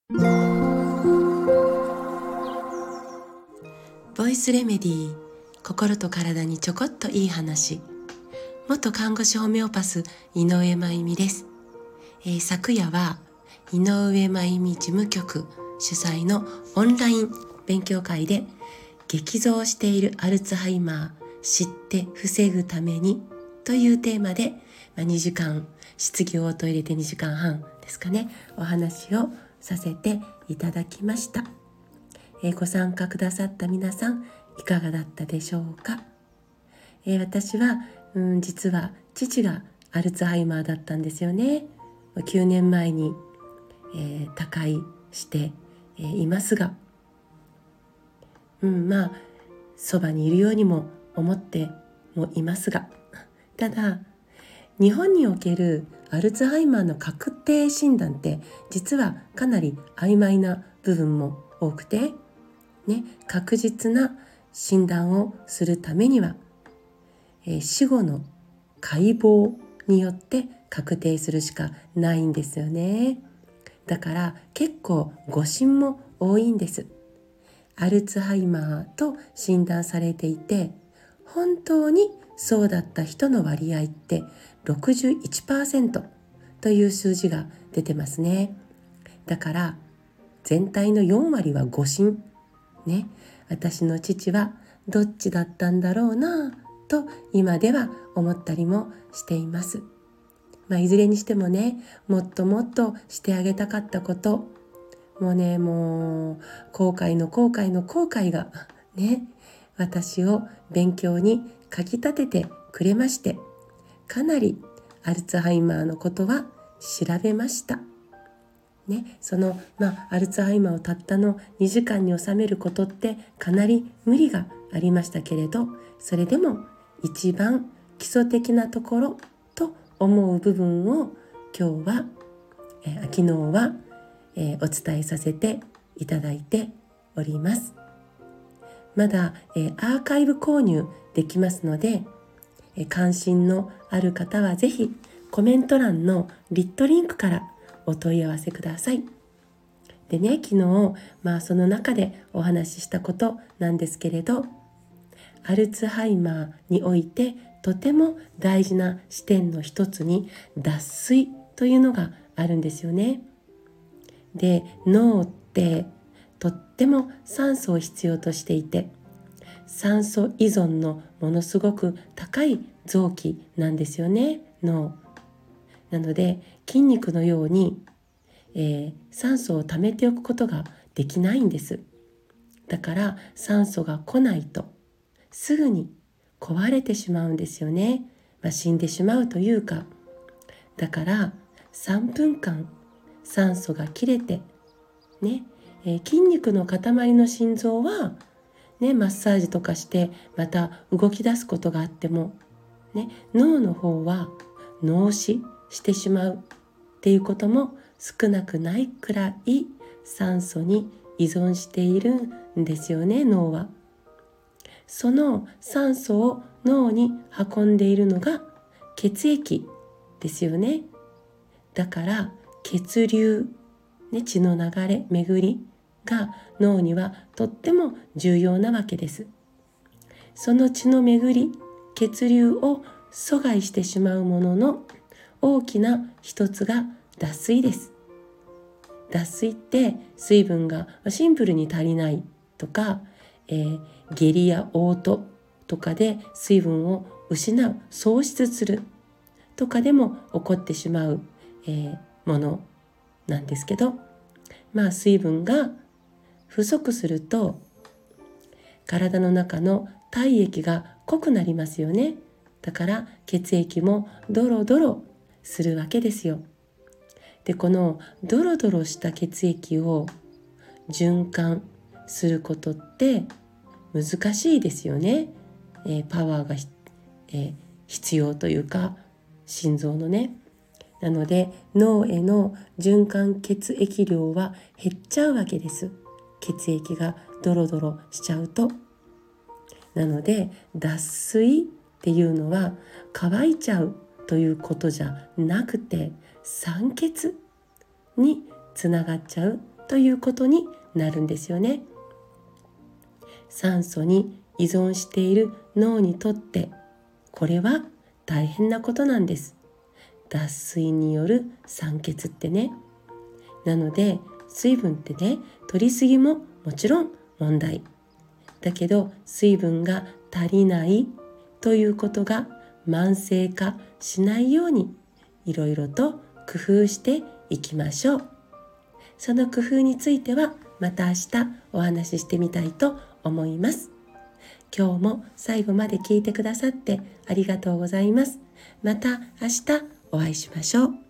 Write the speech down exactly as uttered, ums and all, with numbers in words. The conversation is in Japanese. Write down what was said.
ボイスレメディー、心と体にちょこっといい話。元看護師ホメオパス井上真由美です、えー、昨夜は井上真由美事務局主催のオンライン勉強会で、激増しているアルツハイマー知って防ぐためにというテーマで、まあ、にじかん、質疑応答入れてにじかんはんですかね、お話をさせていただきました。えー、ご参加くださった皆さん、いかがだったでしょうか。えー、私は、うん、実は父がアルツハイマーだったんですよね。きゅうねんまえに、えー、他界して、えー、いますが、うん、まあそばにいるようにも思ってもいますが、ただ日本におけるアルツハイマーの確定診断って実はかなり曖昧な部分も多くて、ね、確実な診断をするためには、えー、死後の解剖によって確定するしかないんですよね。だから結構誤診も多いんです。アルツハイマーと診断されていて、本当にそうだった人の割合って ろくじゅういちパーセント という数字が出てますね。だから全体のよんわりは誤診ね。私の父はどっちだったんだろうなと今では思ったりもしています。まあ、いずれにしてもね、もっともっとしてあげたかったこと、もうね、もう後悔の後悔の後悔がね、私を勉強にかき立ててくれまして、かなりアルツハイマーのことは調べましたね。その、まあ、アルツハイマーをたったのにじかんに収めることってかなり無理がありましたけれど、それでも一番基礎的なところと思う部分を今日は、えー、昨日は、えー、お伝えさせていただいております。まだ、えー、アーカイブ購入できますので、えー、関心のある方はぜひコメント欄のリットリンクからお問い合わせください。でね、昨日、まあその中でお話ししたことなんですけれど、アルツハイマーにおいてとても大事な視点の一つに脱水というのがあるんですよね。で、脳ってとっても酸素を必要としていて、酸素依存のものすごく高い臓器なんですよね、脳。なので筋肉のように、えー、酸素を貯めておくことができないんです。だから酸素が来ないとすぐに壊れてしまうんですよね。まあ、死んでしまうというか、だからさんぷんかん酸素が切れて、ねえー、筋肉の塊の心臓は、ね、マッサージとかしてまた動き出すことがあっても、ね、脳の方は脳死してしまうっていうことも少なくないくらい酸素に依存しているんですよね、脳は。その酸素を脳に運んでいるのが血液ですよね。だから血流、ね、血の流れ、巡りが脳にはとっても重要なわけです。その血の巡り、血流を阻害してしまうものの大きな一つが脱水です。脱水って水分がシンプルに足りないとか、えー、下痢や嘔吐とかで水分を失う、喪失するとかでも起こってしまう、えー、ものなんですけど、まあ水分が不足すると体の中の体液が濃くなりますよね。だから血液もドロドロするわけですよ。で、このドロドロした血液を循環することって難しいですよね。えー、パワーが、えー、必要というか、心臓のね。なので脳への循環血液量は減っちゃうわけです。血液がドロドロしちゃうと。なので脱水っていうのは乾いちゃうということじゃなくて、酸欠につながっちゃうということになるんですよね。酸素に依存している脳にとってこれは大変なことなんです。脱水による酸欠ってね。なので水分ってね、取りすぎももちろん問題だけど、水分が足りないということが慢性化しないようにいろいろと工夫していきましょう。その工夫についてはまた明日お話ししてみたいと思います。今日も最後まで聞いてくださってありがとうございます。また明日お会いしましょう。